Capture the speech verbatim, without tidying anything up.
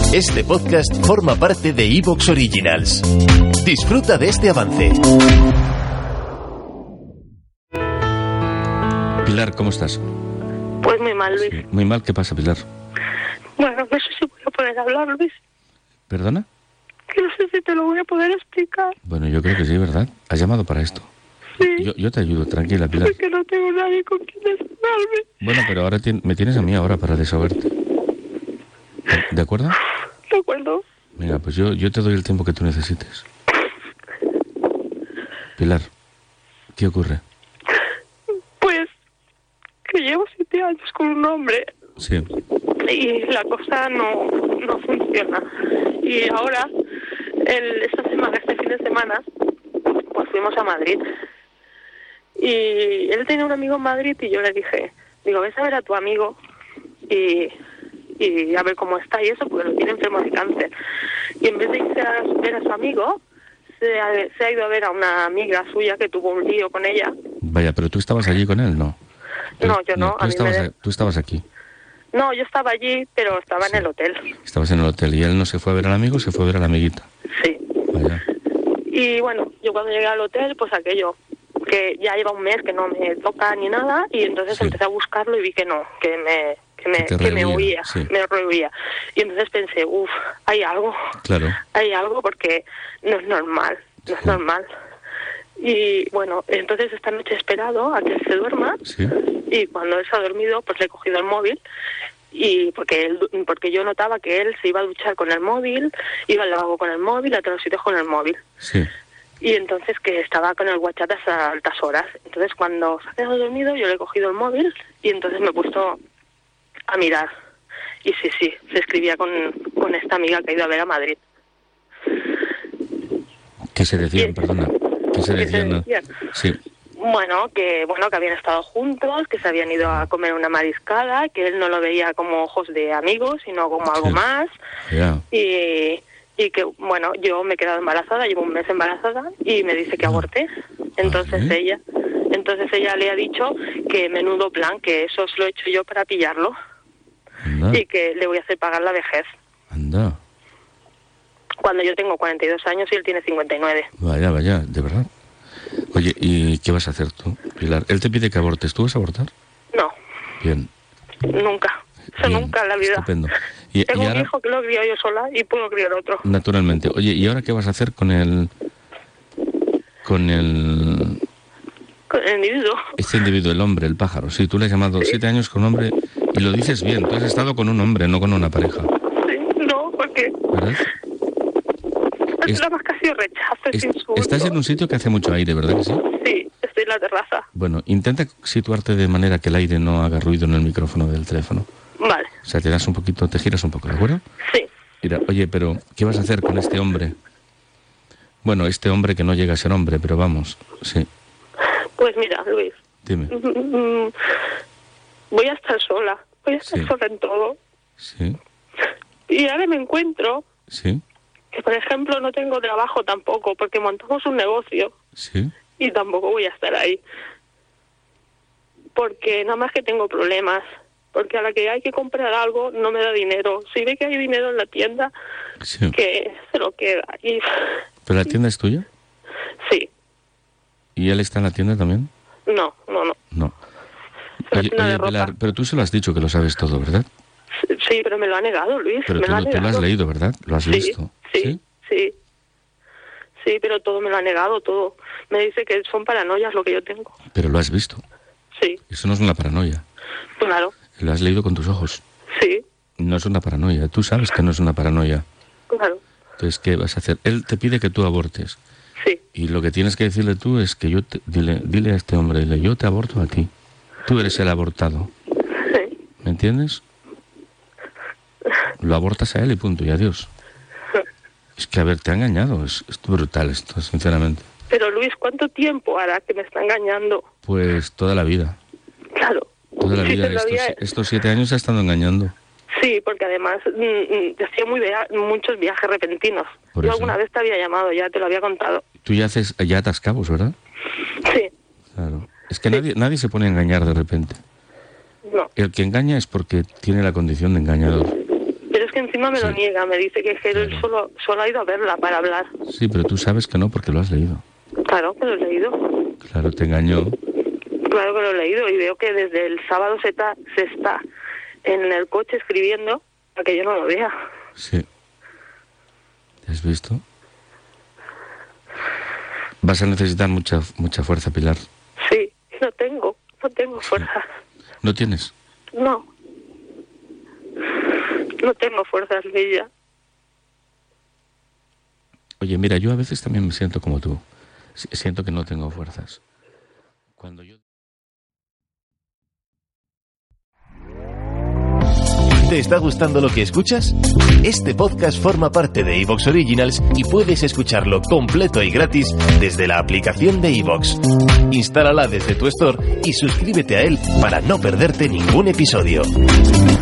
Este podcast forma parte de iVoox Originals. Disfruta de este avance. Pilar, ¿cómo estás? Pues muy mal, Luis. Sí, muy mal, ¿qué pasa, Pilar? Bueno, no sé si voy a poder hablar, Luis. ¿Perdona? Que no sé si te lo voy a poder explicar. Bueno, yo creo que sí, ¿verdad? Has llamado para esto. Sí. Yo, yo te ayudo, tranquila, Pilar. Porque no tengo nadie con quien desahogarme. Bueno, pero ahora tien- me tienes a mí ahora para desahogarte. ¿De acuerdo? ¿De acuerdo? Venga, pues yo, yo te doy el tiempo que tú necesites. Pilar, ¿qué ocurre? Pues que llevo siete años con un hombre Sí, y la cosa no, no funciona. Y ahora, el, esta semana, este fin de semana, pues fuimos a Madrid. Y él tenía un amigo en Madrid y yo le dije, digo, ves a ver a tu amigo y, y a ver cómo está y eso, porque lo tiene enfermo de cáncer. Y en vez de irse a ver a su amigo, se ha, se ha ido a ver a una amiga suya que tuvo un lío con ella. vaya, pero tú estabas allí con él, ¿no? Tú- No, yo no, Tú a mí estabas, me- a- tú estabas aquí, No, yo estaba allí, pero estaba Sí. en el hotel. estabas en el hotel y él no se fue a ver al amigo, se fue a ver a la amiguita. Sí. Vaya, Y bueno, yo cuando llegué al hotel, pues aquello, que ya lleva un mes que no me toca ni nada, y entonces Sí. empecé a buscarlo y vi que no, que me que me, Que te que me rehuía, huía, sí. me rehuía. Y entonces pensé, uff, hay algo, claro. hay algo porque no es normal, no es Sí. normal. Y bueno, entonces esta noche he esperado a que él se duerma, Sí, y cuando él se ha dormido, pues le he cogido el móvil, y porque él, porque yo notaba que él se iba a duchar con el móvil, iba al lavabo con el móvil, a todos los sitios con el móvil. sí. Y entonces que estaba con el WhatsApp hasta altas horas. Entonces cuando se ha quedado dormido yo le he cogido el móvil y entonces me he puesto a mirar. Y sí, sí, se escribía con, con esta amiga que ha ido a ver a Madrid. ¿Qué se decían, Y- perdona? ¿Qué se ¿Qué se decían? decían? Sí, Bueno, que bueno que habían estado juntos, que se habían ido a comer una mariscada, que él no lo veía como ojos de amigos, sino como algo Sí. más. ya. Y, y que, bueno, yo me he quedado embarazada, llevo un mes embarazada y me dice que aborté. Entonces ¿sí? ella entonces ella le ha dicho que menudo plan, que eso se lo he hecho yo para pillarlo Anda, y que le voy a hacer pagar la vejez. anda. Cuando yo tengo cuarenta y dos años y él tiene cincuenta y nueve. Vaya, vaya, de verdad. Oye, ¿y qué vas a hacer tú, Pilar? Él te pide que abortes. ¿Tú vas a abortar? No, Bien. nunca. Eso bien, nunca en la vida. Estupendo. Y, Tengo y un ahora, hijo que lo he criado yo sola y puedo criar otro. naturalmente. Oye, ¿y ahora qué vas a hacer con el... con el... Con el individuo. este individuo, el hombre, el pájaro? Sí, tú le has llamado siete años con hombre y lo dices bien. Tú has estado con un hombre, no con una pareja, Sí, no, porque ¿verdad? es Es- nada más casi rechazo, es Es- insulto. estás en un sitio que hace mucho aire, ¿verdad que sí? Sí, estoy en la terraza. Bueno, intenta situarte de manera que el aire no haga ruido en el micrófono del teléfono. Vale, O sea, te das un poquito, te giras un poco, ¿de acuerdo? sí. Mira, oye, pero ¿qué vas a hacer con este hombre? Bueno, este hombre que no llega a ser hombre, pero vamos, sí, Pues mira, Luis, dime. mm, voy a estar sola, voy a estar Sí. sola en todo. Sí, Y ahora me encuentro sí, que, por ejemplo, no tengo trabajo tampoco, porque montamos un negocio sí, y tampoco voy a estar ahí. Porque nada más que tengo problemas, porque a la que hay que comprar algo no me da dinero. Si ve que hay dinero en la tienda, sí. que se lo queda. Y ¿Pero la tienda es tuya? sí, ¿Y él está en la tienda también? no, no, no. No. Es una Oye, tienda de oye, ropa. Pilar, pero tú se lo has dicho que lo sabes todo, ¿verdad? Sí, pero me lo ha negado, Luis. Pero me tú, lo ha lo- tú lo has negado. leído, ¿verdad? Lo has Sí, visto. sí, sí. Sí, pero todo me lo ha negado, todo. Me dice que son paranoias lo que yo tengo. Pero lo has visto. Sí, Eso no es una paranoia. claro, Lo has leído con tus ojos. sí, No es una paranoia. Tú sabes que no es una paranoia. claro, Entonces, ¿qué vas a hacer? Él te pide que tú abortes. sí, Y lo que tienes que decirle tú es que yo te, dile, dile a este hombre, dile, yo te aborto a ti. Tú eres el abortado. sí. ¿Me entiendes? Lo abortas a él y punto, y adiós. Es que, a ver, te ha engañado. Es, es brutal esto, sinceramente. Pero Luis, ¿cuánto tiempo hará que me está engañando? Pues toda la vida. Claro. Toda la Sí, vida. todavía- Estos, estos siete años ha estado engañando. Sí, porque además mm, mm, hacía muy via- muchos viajes repentinos. Por Yo eso. alguna vez te había llamado, ya te lo había contado. Tú ya haces, ya atas cabos, ¿verdad? Sí, Claro. Es que nadie, nadie se pone a engañar de repente. no. El que engaña es porque tiene la condición de engañador. Pero es que encima me Sí. lo niega, me dice que, es que él Claro. solo, solo ha ido a verla para hablar. Sí, pero tú sabes que no porque lo has leído. Claro que lo he leído, Claro, te engañó. claro que lo he leído y veo que desde el sábado se está, se está en el coche escribiendo para que yo no lo vea. Sí. ¿Te has visto? Vas a necesitar mucha mucha fuerza, Pilar. Sí, no tengo, no tengo fuerzas. ¿No tienes? No. No tengo fuerzas, Villa. Oye, mira, yo a veces también me siento como tú. Si- Siento que no tengo fuerzas. Cuando yo... ¿Te está gustando lo que escuchas? Este podcast forma parte de iVoox Originals y puedes escucharlo completo y gratis desde la aplicación de iVoox. Instálala desde tu store y suscríbete a él para no perderte ningún episodio.